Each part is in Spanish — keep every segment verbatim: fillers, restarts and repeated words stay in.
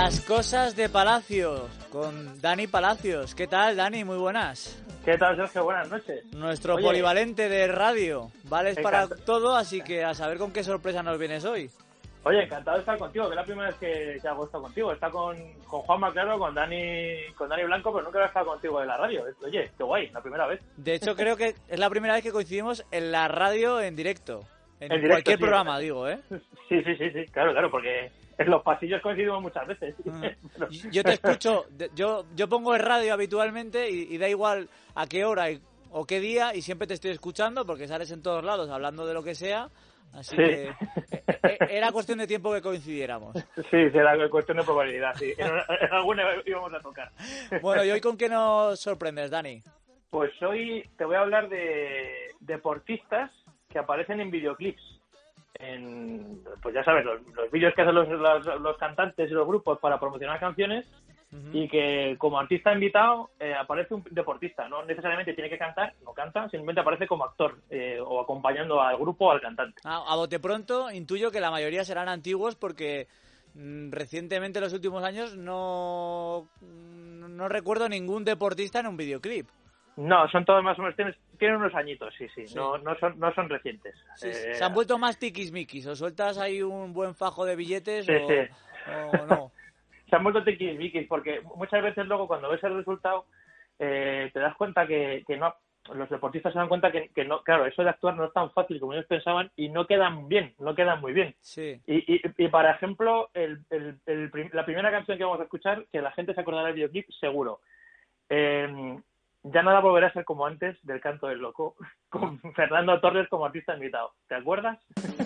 Las cosas de Palacios, con Dani Palacios. ¿Qué tal, Dani? Muy buenas. ¿Qué tal, Sergio? Buenas noches. Nuestro Oye, polivalente de radio. Vales para encanta- todo, así que a saber con qué sorpresa nos vienes hoy. Oye, encantado de estar contigo, que es la primera vez que, que hago esto contigo. Está con, con Juanma, claro, con Dani, con Dani Blanco, pero nunca he estado contigo en la radio. Oye, qué guay, la primera vez. De hecho, creo que es la primera vez que coincidimos en la radio en directo. En, En directo, cualquier sí. programa, digo, ¿eh? Sí, sí, sí, sí, claro, claro, porque en los pasillos coincidimos muchas veces. Pero- Yo te escucho, de- yo yo pongo el radio habitualmente y, y da igual a qué hora y- o qué día y siempre te estoy escuchando porque sales en todos lados hablando de lo que sea. Así Sí. que eh, eh, era cuestión de tiempo que coincidiéramos. Sí, será cuestión de probabilidad, sí. En, una- en alguna íbamos a tocar. Bueno, ¿y hoy con qué nos sorprendes, Dani? Pues hoy te voy a hablar de deportistas que aparecen en videoclips. En, pues ya sabes, los, los vídeos que hacen los, los, los cantantes y los grupos para promocionar canciones, Ujú. y que como artista invitado eh, aparece un deportista. No necesariamente tiene que cantar, no canta, simplemente aparece como actor eh, o acompañando al grupo o al cantante. Ah, a bote pronto intuyo que la mayoría serán antiguos porque mm, recientemente, en los últimos años, no, no recuerdo ningún deportista en un videoclip. No, son todos más o menos, tienen, tienen unos añitos, sí, sí, Sí. No, no, son, no son recientes. Sí, Eh, se han vuelto más tiquismiquis, o sueltas ahí un buen fajo de billetes Sí, o, sí. o no. Se han vuelto tiquismiquis, porque muchas veces luego cuando ves el resultado eh, te das cuenta que, que no, los deportistas se dan cuenta que, que no, claro, eso de actuar no es tan fácil como ellos pensaban y no quedan bien, no quedan muy bien. Sí. Y, y, y para ejemplo, el, el, el prim- la primera canción que vamos a escuchar, que la gente se acordará del videoclip, seguro. Eh, ya nada volverá a ser como antes del Canto del Loco, con Fernando Torres como artista invitado. ¿Te acuerdas?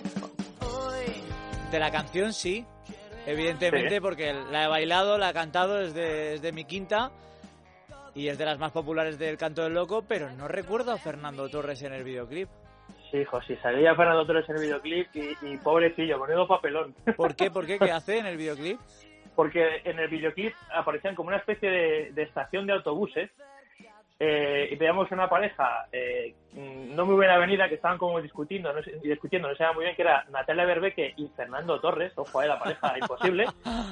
De la canción sí, evidentemente, Sí. porque la he bailado, la he cantado, es de, es de mi quinta y es de las más populares del Canto del Loco, pero no recuerdo a Fernando Torres en el videoclip. Sí, hijo, sí, salía Fernando Torres en el videoclip y, y pobrecillo, menudo papelón. ¿Por qué? ¿Por qué? ¿Qué hace en el videoclip? Porque en el videoclip aparecían como una especie de, de estación de autobuses eh, y veíamos una pareja eh, no muy buena avenida que estaban como discutiendo no sé, y discutiendo, no sabía muy bien, que era Natalia Berbeque y Fernando Torres, ojo, eh, la pareja imposible,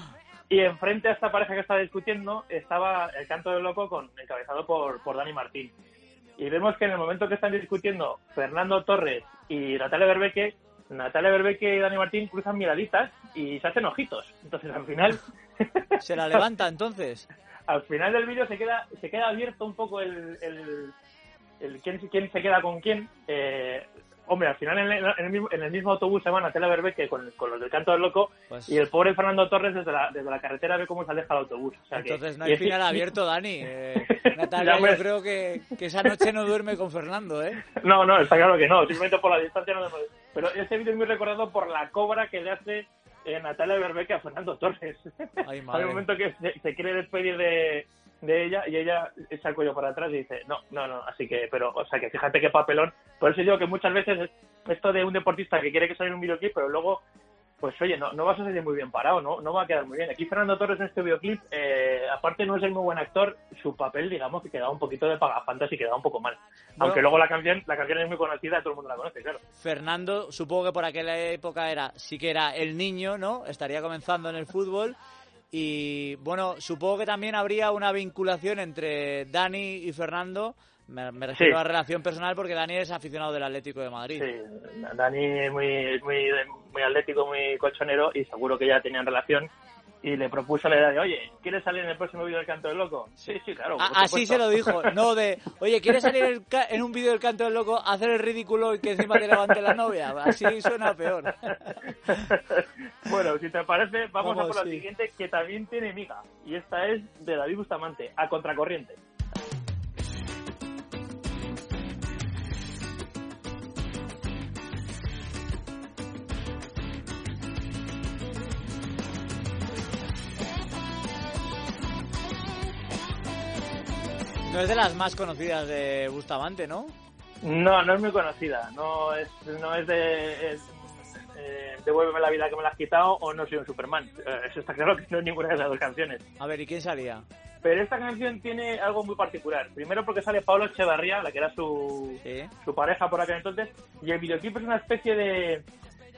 y enfrente a esta pareja que estaba discutiendo estaba el Canto del Loco con, encabezado por, por Dani Martín. Y vemos que en el momento que están discutiendo Fernando Torres y Natalia Berbeque, Natalia Berbeque y Dani Martín cruzan miraditas y se hacen ojitos. Entonces al final ¿Se la levanta entonces? al final del vídeo se queda se queda abierto un poco el, el, el quién, quién se queda con quién. Eh, hombre, al final en el, en el mismo, en el mismo autobús se van a Natalia Berbeque con, con los del Canto del Loco, Pues- y el pobre Fernando Torres desde la, desde la carretera ve cómo se aleja el autobús. O sea que- Entonces no y hay es- final abierto, Dani. Eh, Natalia, Ya, hombre. yo creo que, que esa noche no duerme con Fernando, ¿eh? No, no, está claro que no, simplemente por la distancia no me... Pero este vídeo es muy recordado por la cobra que le hace eh, Natalia Berbeque a Fernando Torres. Ay, Hay madre. un momento que se, se quiere despedir de, de ella y ella echa el cuello para atrás y dice, no, no, no, así que, pero, o sea, que fíjate qué papelón. Por eso digo que muchas veces es esto de un deportista que quiere que salga en un videoclip, pero luego, pues oye, no, no vas a salir muy bien parado, no, no va a quedar muy bien. Aquí Fernando Torres en este videoclip, eh, aparte no es el muy buen actor, su papel, digamos, que quedaba un poquito de pagafantas y quedaba un poco mal. Aunque luego la canción, la canción es muy conocida, todo el mundo la conoce, claro. Fernando, supongo que por aquella época era, sí que era el niño, ¿no? Estaría comenzando en el fútbol y, bueno, supongo que también habría una vinculación entre Dani y Fernando. Me, me refiero Sí. a relación personal porque Dani es aficionado del Atlético de Madrid. Sí, Dani es muy, es muy, muy atlético, muy colchonero y seguro que ya tenían relación y le propuso la idea de, oye, ¿quieres salir en el próximo vídeo del Canto del Loco? Sí, sí, claro. A- por así supuesto. se lo dijo, no de, oye, ¿quieres salir el ca- en un vídeo del Canto del Loco, hacer el ridículo y que encima te levante la novia? Así suena peor. Bueno, si te parece, vamos, Vamos, a por la sí. siguiente, que también tiene miga. Y esta es de David Bustamante, A Contracorriente. No es de las más conocidas de Bustamante, ¿no? No, no es muy conocida. No es, no es de... Es, eh, devuélveme la vida que me la has quitado o no soy un Superman. Eh, eso está claro que no es ninguna de esas dos canciones. A ver, ¿y quién salía? Pero esta canción tiene algo muy particular. Primero porque sale Pablo Echevarría, la que era su, Sí. su pareja por aquel entonces, y el videoclip es una especie de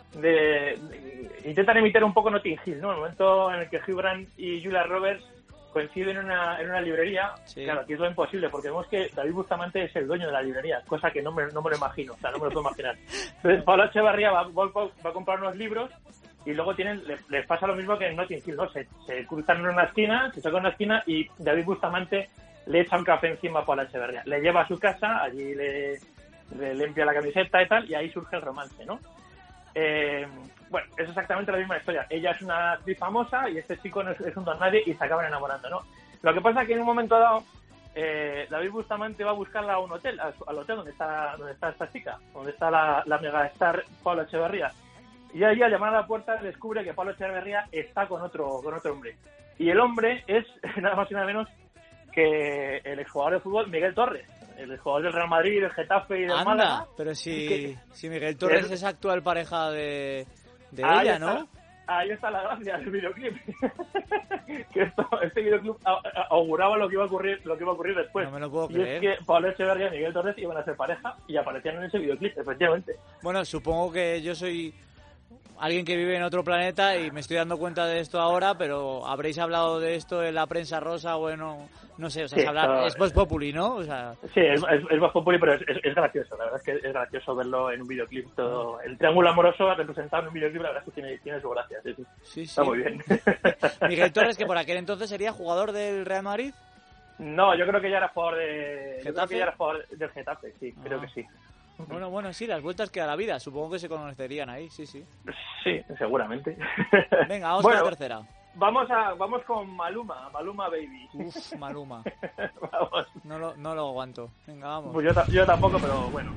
de, de intentan imitar un poco Notting Hill, ¿no? El momento en el que Hugh Grant y Julia Roberts coinciden en una, en una librería. Sí. Claro, aquí es lo imposible, porque vemos que David Bustamante es el dueño de la librería, cosa que no me, no me lo imagino, o sea, no me lo puedo imaginar. Entonces, Paula Echeverría va, va, va a comprar unos libros y luego tienen les, les pasa lo mismo que en Notting Hill, ¿no? Se, se cruzan en una esquina, se tocan en una esquina y David Bustamante le echa un café encima a Paula Echeverría. Le lleva a su casa, allí le, le limpia la camiseta y tal, y ahí surge el romance, ¿no? Eh, bueno, es exactamente la misma historia. Ella es una actriz famosa y este chico no es, es un don nadie y se acaban enamorando, ¿no? Lo que pasa es que en un momento dado eh, David Bustamante va a buscarla a un hotel, a, al hotel donde está donde está esta chica, donde está la, la megastar Paula Echeverría. Y ahí al llamar a la puerta descubre que Paula Echeverría está con otro con otro hombre. Y el hombre es nada más y nada menos que el exjugador de fútbol Miguel Torres, el jugador del Real Madrid, del Getafe y del Anda, Málaga. Pero si, que, si Miguel Torres es, es actual pareja de, de ella, está, ¿no? Ahí está la gracia del videoclip. Que esto, este videoclip auguraba lo que iba a ocurrir, lo que iba a ocurrir después. No me lo puedo y creer. Es que Pablo Echeverría y Miguel Torres iban a ser pareja y aparecían en ese videoclip, efectivamente. Bueno, supongo que yo soy alguien que vive en otro planeta y me estoy dando cuenta de esto ahora, pero habréis hablado de esto en la prensa rosa, bueno, no sé, o sea, sí, hablar, no, es Vox Populi, ¿no? O sea, sí, es, es, es Vox Populi, pero es, es, es gracioso, la verdad es que es gracioso verlo en un videoclip, todo el triángulo amoroso representado en un videoclip, la verdad es que tiene, tiene su gracia, sí, sí. Sí, está sí. Muy bien. Miguel Torres, que por aquel entonces sería jugador del Real Madrid. No, yo creo que ya era jugador de... ¿Getafe? Yo creo que ya era jugador del Getafe, sí, ah. creo que sí. Bueno, bueno, sí, las vueltas que da la vida. Supongo que se conocerían ahí, sí, sí. Sí, seguramente. Venga, vamos bueno, con la tercera. Vamos a vamos con Maluma, Maluma Baby. Uf, Maluma. Vamos. No lo, no lo aguanto. Venga, vamos. Pues yo, yo tampoco, pero bueno.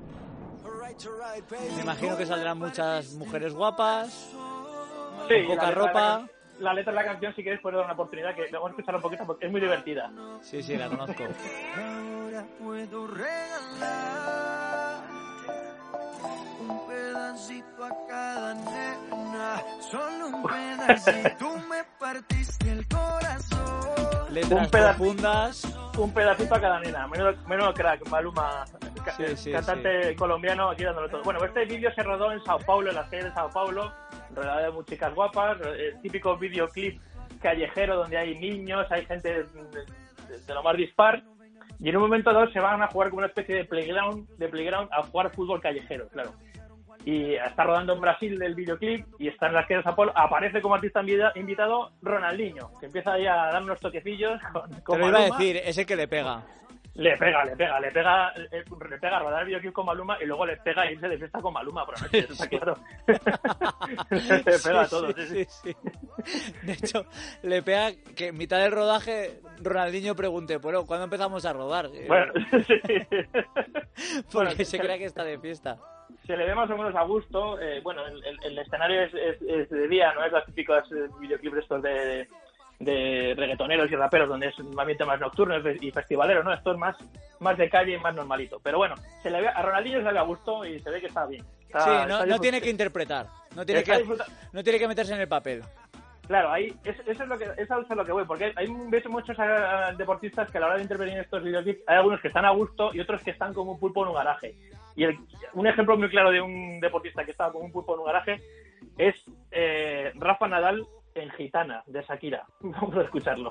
Me imagino que saldrán muchas mujeres guapas, sí, con poca la ropa. La, la letra de la canción, si quieres, puedes dar una oportunidad, que vamos a escuchar un poquito porque es muy divertida. Sí, sí, la conozco. Ahora puedo regalar un pedacito a cada nena, solo un pedacito, me partiste el corazón. Letras un peda- profundas. Un pedacito a cada nena, menudo, menudo crack, Maluma, sí, sí, cantante sí. colombiano, aquí dándolo todo. Bueno, este vídeo se rodó en Sao Paulo, en las calles de Sao Paulo, rodeado de muchas chicas guapas, el típico videoclip callejero donde hay niños, hay gente de, de, de lo más dispar, y en un momento dado se van a jugar como una especie de playground, de playground a jugar fútbol callejero, claro. Y está rodando en Brasil el videoclip y está en las calles de Sao Paulo, aparece como artista invitado Ronaldinho, que empieza ahí a dar unos toquecillos con, con Te lo iba a decir, ese que le pega. Le pega, le pega, le pega, le, le pega a rodar el videoclip con Maluma y luego le pega a irse de fiesta con Maluma por la noche, eso está claro. Le pega sí, a todo, sí, sí, sí. De hecho, le pega que en mitad del rodaje Ronaldinho pregunte, bueno, ¿cuándo empezamos a rodar? Bueno, sí. Porque bueno, se crea que está de fiesta. Se le ve más o menos a gusto, eh, bueno, el, el, el escenario es, es, es de día, no es los típicos videoclips estos de... de reggaetoneros y raperos, donde es un ambiente más nocturno y festivalero, ¿no? Esto es más, más de calle y más normalito. Pero bueno, se le ve, a Ronaldinho se le ve a gusto y se ve que está bien. Está, sí, no, está no tiene que interpretar, no tiene que, no tiene que meterse en el papel. Claro, ahí eso, eso es lo que eso es lo que voy, porque hay ves muchos a, a deportistas que a la hora de intervenir en estos videoclips hay algunos que están a gusto y otros que están como un pulpo en un garaje. Y el, un ejemplo muy claro de un deportista que estaba como un pulpo en un garaje es eh, Rafa Nadal en Gitana, de Shakira. Vamos a escucharlo.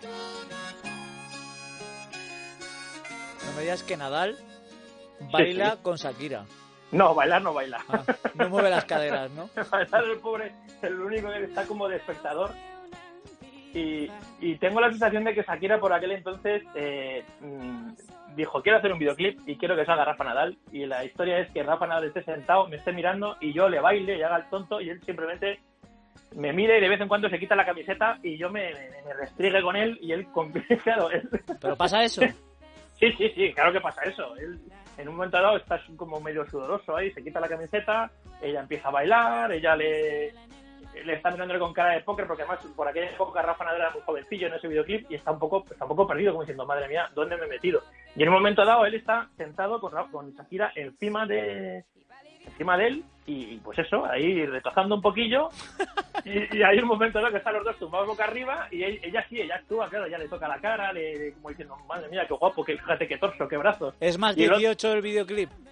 No me digas que Nadal baila sí, sí. con Shakira. No, bailar no baila. Ah, no mueve las caderas, ¿no? Bailar el pobre, el único que está como de espectador. Y, y tengo la sensación de que Shakira por aquel entonces eh, dijo, quiero hacer un videoclip y quiero que salga Rafa Nadal. Y la historia es que Rafa Nadal esté sentado, me esté mirando y yo le baile y haga el tonto y él simplemente me mire y de vez en cuando se quita la camiseta y yo me, me, me restriegue con él y él con claro, él... ¿Pero pasa eso? Sí, sí, sí, claro que pasa eso. Él en un momento dado está como medio sudoroso ahí, se quita la camiseta, ella empieza a bailar, ella le, le está mirándole con cara de póker porque además por aquella época Rafa Nadal era muy jovencillo en ese videoclip y está un poco está un poco perdido como diciendo, madre mía, ¿dónde me he metido? Y en un momento dado él está sentado con, con Shakira encima de... encima de él y pues eso, ahí retozando un poquillo y, y hay un momento en el que están los dos tumbados boca arriba y ella, ella sí, ella actúa, claro, ya le toca la cara, le, como diciendo, madre mía, qué guapo, que fíjate qué torso, qué brazos. ¿Es más dieciocho el videoclip?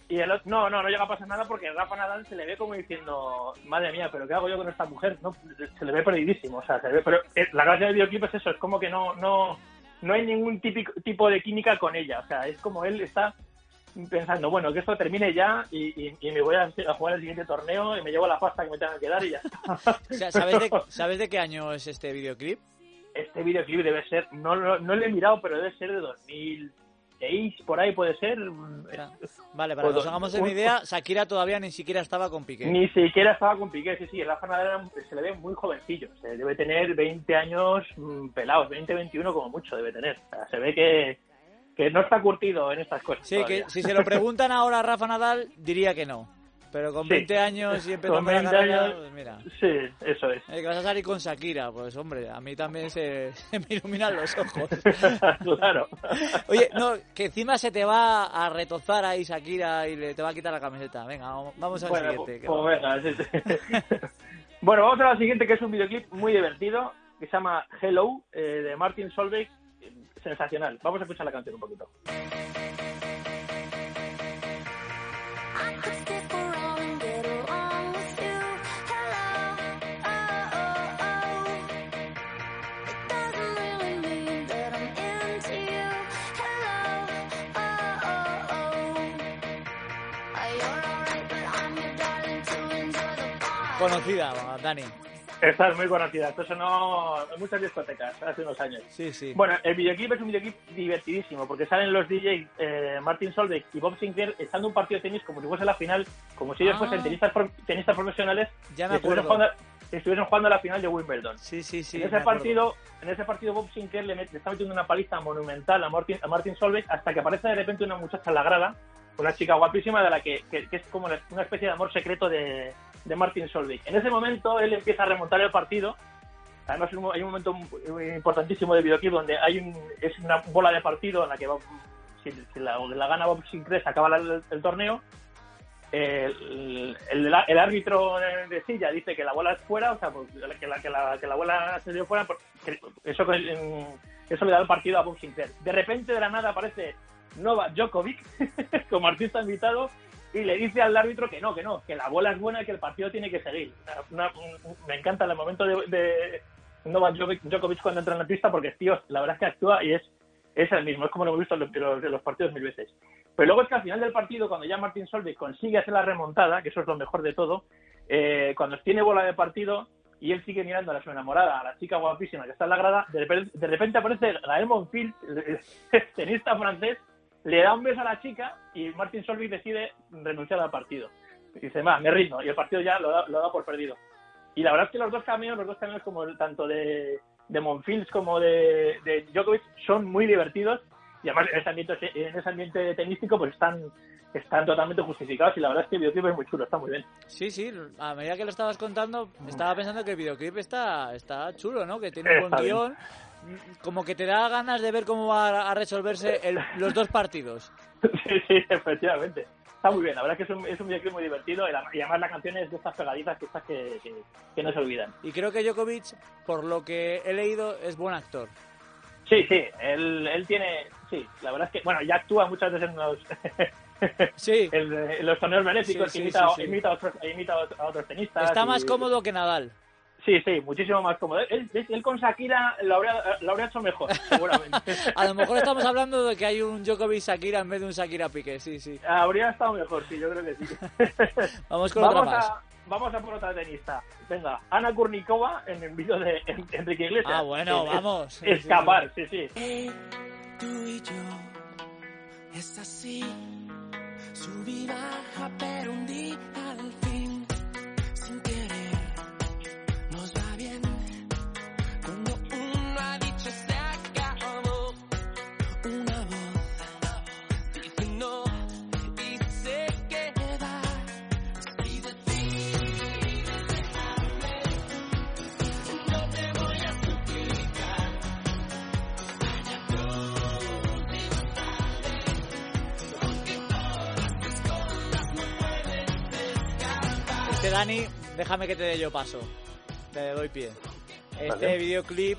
y el otro, no, no, no llega a pasar nada porque Rafa Nadal se le ve como diciendo, madre mía, pero ¿qué hago yo con esta mujer? No, se le ve perdidísimo, o sea, se le ve, pero eh, la gracia del videoclip es eso, es como que no, no, no hay ningún típico, tipo de química con ella, o sea, es como él está pensando, bueno, que esto termine ya y, y, y me voy a, a jugar el siguiente torneo y me llevo la pasta que me tenga que dar y ya está. O sea, ¿sabes de, ¿sabes de qué año es este videoclip? Este videoclip debe ser, no, no, no lo he mirado, pero debe ser de dos mil seis, por ahí puede ser. Vale, para que nos hagamos una idea, Shakira todavía ni siquiera estaba con Piqué. Ni siquiera estaba con Piqué, sí, sí, Rafa Nadal se le ve muy jovencillo, se debe tener veinte años mmm, pelados, veinte, veintiuno como mucho debe tener. O sea, se ve que, que no está curtido en estas cosas. Sí, todavía. Que si se lo preguntan ahora a Rafa Nadal, diría que no. Pero con sí. veinte años y empezando la carrera, años, pues mira. Sí, eso es. Eh, que vas a salir con Shakira, pues hombre, a mí también se, se me iluminan los ojos. Claro. Oye, no, que encima se te va a retozar ahí Shakira y le, te va a quitar la camiseta. Venga, vamos al bueno, siguiente. Pues, pues venga, sí, sí. Bueno, vamos a la siguiente, que es un videoclip muy divertido, que se llama Hello, eh, de Martin Solveig. Sensacional. Vamos a escuchar la canción un poquito. Conocida, Dani. Esta es muy conocida. Esto sonó en muchas discotecas hace unos años. Sí, sí. Bueno, el videoclip es un videoclip divertidísimo porque salen los D Js eh, Martin Solveig y Bob Sinclair echando un partido de tenis como si fuese la final, como si ellos ah. fuesen tenistas, tenistas profesionales. Ya me acuerdo. Jugando, estuvieron jugando la final de Wimbledon. Sí, sí, sí. En ese partido, en ese partido Bob Sinclair le, met, le está metiendo una paliza monumental a Martin, a Martin Solveig hasta que aparece de repente una muchacha en la grada, una chica guapísima de la que, que, que es como una especie de amor secreto de, de Martin Solveig. En ese momento él empieza a remontar el partido. Además hay un momento muy importantísimo del videoclip donde hay un, es una bola de partido en la que va, si, si la, la gana Bob Sinclair se acaba el, el torneo. El, el, el árbitro de, de silla dice que la bola es fuera, o sea, pues, que, la, que, la, que la bola se dio fuera, porque eso, eso le da el partido a Bob Sinclair. De repente, de la nada, aparece Novak Djokovic como artista invitado y le dice al árbitro que no, que no, que la bola es buena y que el partido tiene que seguir. Una, un, me encanta el momento de, de Novak Djokovic cuando entra en la pista porque, tío, la verdad es que actúa y es, es el mismo, es como lo hemos visto en los, en los partidos mil veces. Pero luego es que al final del partido, cuando ya Martin Solveig consigue hacer la remontada, que eso es lo mejor de todo, eh, cuando tiene bola de partido y él sigue mirando a su enamorada, a la chica guapísima que está en la grada, de repente, de repente aparece Gael Monfils, el, el tenista francés, le da un beso a la chica y Martin Solveig decide renunciar al partido. Y dice, va, me rindo, y el partido ya lo da, lo da por perdido. Y la verdad es que los dos caminos, los dos caminos como el, tanto de, de Monfils como de, de Djokovic son muy divertidos. Y además en ese ambiente, en ese ambiente tenístico pues están, están totalmente justificados y la verdad es que el videoclip es muy chulo, está muy bien. Sí, sí, a medida que lo estabas contando estaba pensando que el videoclip está, está chulo, ¿no? Que tiene un buen guión, como que te da ganas de ver cómo va a resolverse el, los dos partidos. Sí, sí, efectivamente. Está muy bien, la verdad es que es un, es un videoclip muy divertido y, la, y además la canción es de estas pegadizas que, estas que, que, que no se olvidan. Y creo que Djokovic, por lo que he leído, es buen actor. Sí, sí, él, él tiene, sí, la verdad es que, bueno, ya actúa muchas veces en los, sí. en, en los torneos benéficos, sí, sí, que imita, sí, sí. imita, a otros, imita a otros tenistas. Está y, más cómodo que Nadal. Sí, sí, muchísimo más cómodo. Él, él con Shakira lo habría, lo habría hecho mejor, seguramente. A lo mejor estamos hablando de que hay un Djokovic-Shakira en vez de un Shakira-Piqué, sí, sí. Habría estado mejor, sí, yo creo que sí. Vamos con Vamos otra más. A... Vamos a por otra tenista. Venga, Ana Kurnikova en el vídeo de Enrique Iglesias. Ah, bueno, es, vamos. Es, escapar, sí, sí. Hey, tú y yo, es así. Sub y baja, pero un día al fin, sin querer, nos va bien. Cuando uno ha dicho se acabó, una voz dice no y se queda. Dani, déjame que te dé yo paso. Te doy pie. Este vale. videoclip,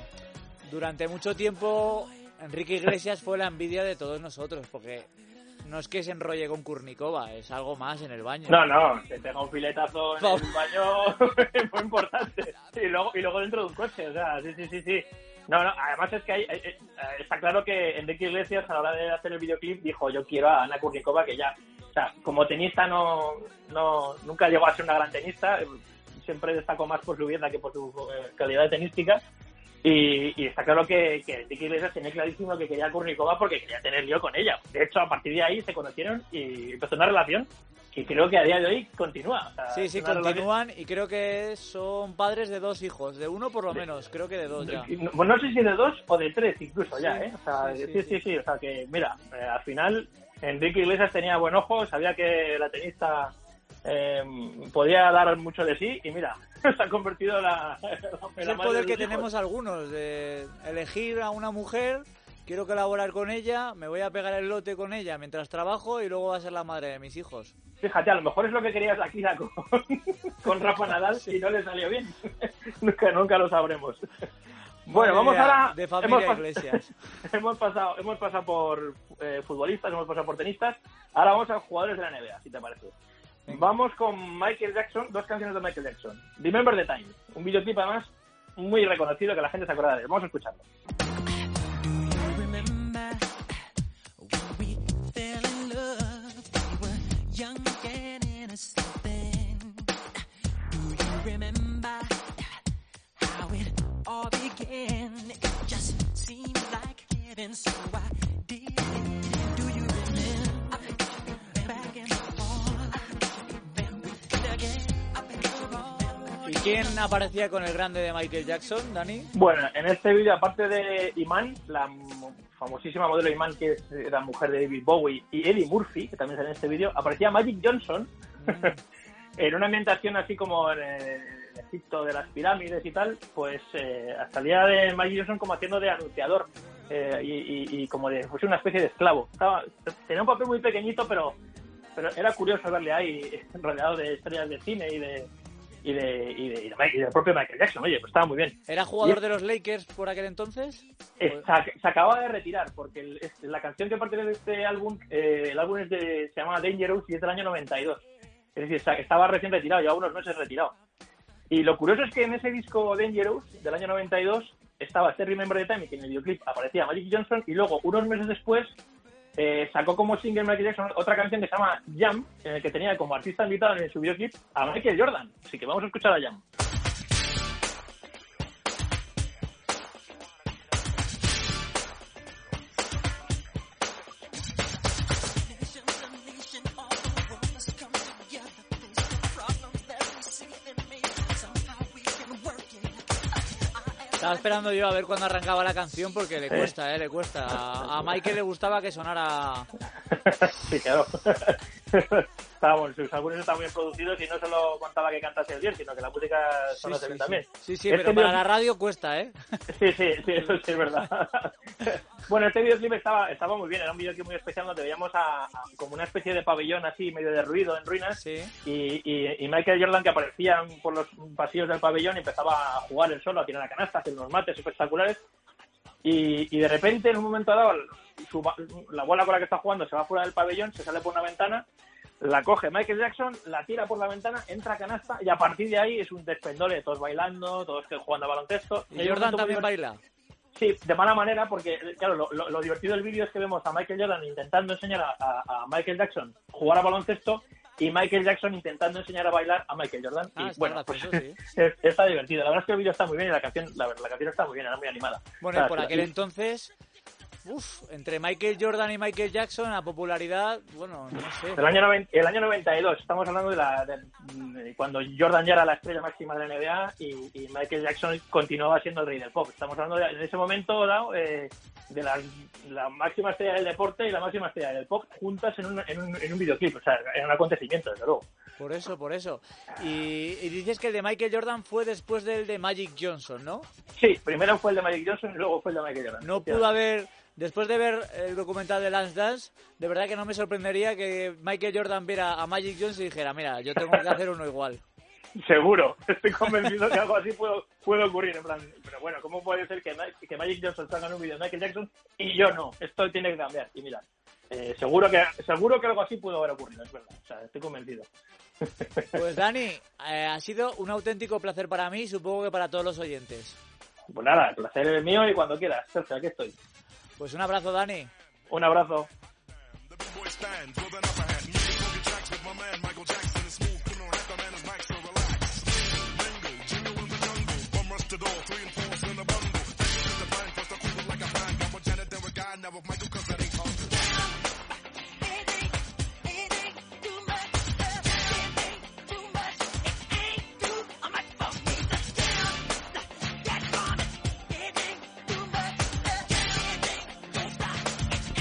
durante mucho tiempo, Enrique Iglesias fue la envidia de todos nosotros, porque no es que se enrolle con Kurnikova, es algo más en el baño. No, no, se pega un filetazo en el baño muy importante. Y luego, y luego dentro de un coche, o sea, sí, sí, sí, sí. No, no, además es que hay, hay, está claro que Enrique Iglesias a la hora de hacer el videoclip dijo, yo quiero a Ana Kurnikova, que ya, o sea, como tenista no, no nunca llegó a ser una gran tenista, siempre destacó más por su vida que por su calidad tenística. Y, y está claro que, que Enrique Iglesias tenía clarísimo que quería a Kurnikova porque quería tener lío con ella. De hecho, a partir de ahí se conocieron y empezó una relación que creo que a día de hoy continúa. O sea, sí, sí, continúan relación... y creo que son padres de dos hijos, de uno por lo menos, sí. Creo que de dos ya. No, no sé si de dos o de tres incluso sí, ya, ¿eh? O sea, sí, sí, sí, sí, sí, sí. O sea que, mira, eh, al final Enrique Iglesias tenía buen ojo, sabía que la tenista eh, podía dar mucho de sí y mira, se ha convertido en la... Es el poder que tenemos algunos, de elegir a una mujer, quiero colaborar con ella, me voy a pegar el lote con ella mientras trabajo y luego va a ser la madre de mis hijos. Fíjate, a lo mejor es lo que querías aquí con, con Rafa Nadal sí. Y no le salió bien. nunca, nunca lo sabremos. Bueno, vamos ahora... De familia hemos, Iglesias. hemos, pasado, hemos pasado por eh, futbolistas, hemos pasado por tenistas, ahora vamos a jugadores de la N B A, si te parece. Vamos con Michael Jackson, dos canciones de Michael Jackson. Remember the Time, un videoclip además muy reconocido que la gente se acuerda de él. Vamos a escucharlo. ¿Y quién aparecía con el grande de Michael Jackson, Dani? Bueno, en este vídeo, aparte de Iman, la famosísima modelo Iman, que es la mujer de David Bowie, y Eddie Murphy, que también sale en este vídeo, aparecía Magic Johnson mm. en una ambientación así como en el Egipto de las pirámides y tal, pues eh, hasta el día de Magic Johnson como haciendo de anunciador eh, y, y, y como de pues una especie de esclavo. Estaba, tenía un papel muy pequeñito, pero, pero era curioso verle ahí rodeado de estrellas de cine y de... Y de, y, de, y, de, y del propio Michael Jackson, oye, pues estaba muy bien. ¿Era jugador y, de los Lakers por aquel entonces? Eh, se, se acaba de retirar, porque el, es, la canción que parte de este álbum, eh, el álbum es de, se llama Dangerous y es del año noventa y dos. Es decir, estaba recién retirado, lleva unos meses retirado. Y lo curioso es que en ese disco Dangerous del año noventa y dos estaba este Remember the Time, que en el videoclip aparecía Magic Johnson, y luego, unos meses después, Eh, sacó como single Michael Jackson otra canción que se llama Jam, en el que tenía como artista invitado en su videoclip a Michael Jordan. Así que vamos a escuchar a Jam. Estaba esperando yo a ver cuándo arrancaba la canción porque le cuesta, eh, le cuesta. A, a Michael le gustaba que sonara... Sí, claro. Estábamos, sus álbumes están muy bien producidos y no solo contaba que cantase bien, sino que la música sonase sí, bien sí, también. Sí, sí, este pero para video... la radio cuesta, ¿eh? Sí, sí, sí, eso sí es verdad. Bueno, este videoclip estaba, estaba muy bien, era un videoclip muy especial donde veíamos a, a como una especie de pabellón así, medio derruido, en ruinas, sí. y, y, y Michael Jordan, que aparecía por los pasillos del pabellón y empezaba a jugar él solo, a tirar la canasta, a hacer unos mates espectaculares, y, y de repente, en un momento dado, su, la bola con la que está jugando se va fuera del pabellón, se sale por una ventana, la coge Michael Jackson, la tira por la ventana, entra a canasta, y a partir de ahí es un despendole, todos bailando, todos jugando a baloncesto. ¿Y Jordan también muy... baila? Sí, de mala manera, porque, claro, lo, lo, lo divertido del vídeo es que vemos a Michael Jordan intentando enseñar a, a, a Michael Jackson jugar a baloncesto y Michael Jackson intentando enseñar a bailar a Michael Jordan. Ah, y bueno, gracioso, pues sí. es, está divertido. La verdad es que el vídeo está muy bien y la canción, la, la canción está muy bien, era muy animada. Bueno, o sea, y por sí, aquel sí. entonces... Uf, entre Michael Jordan y Michael Jackson, la popularidad, bueno, no sé. El año, noventa, el año noventa y dos, estamos hablando de, la, de, de cuando Jordan ya era la estrella máxima de la N B A y, y Michael Jackson continuaba siendo el rey del pop. Estamos hablando de, en ese momento dado eh, de la, la máxima estrella del deporte y la máxima estrella del pop juntas en un, en un, en un videoclip. O sea, era un acontecimiento, desde luego. Por eso, por eso. Y, y dices que el de Michael Jordan fue después del de Magic Johnson, ¿no? Sí, primero fue el de Magic Johnson y luego fue el de Michael Jordan. No pudo haber... Después de ver el documental de Lance Dance, de verdad que no me sorprendería que Michael Jordan viera a Magic Johnson y dijera, mira, yo tengo que hacer uno igual. Seguro, estoy convencido que algo así puede, puede ocurrir, en plan, pero bueno, ¿cómo puede ser que, que Magic Johnson salga en un vídeo de Michael Jackson y yo no? Esto tiene que cambiar, y mira. Eh, seguro que seguro que algo así pudo haber ocurrido, es verdad. O sea, estoy convencido. Pues Dani, eh, ha sido un auténtico placer para mí, supongo que para todos los oyentes. Pues nada, el placer es mío y cuando quieras, Sergio, aquí estoy. Pues un abrazo, Dani. Un abrazo.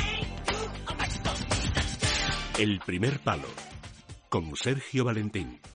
El primer palo, con Sergio Valentín.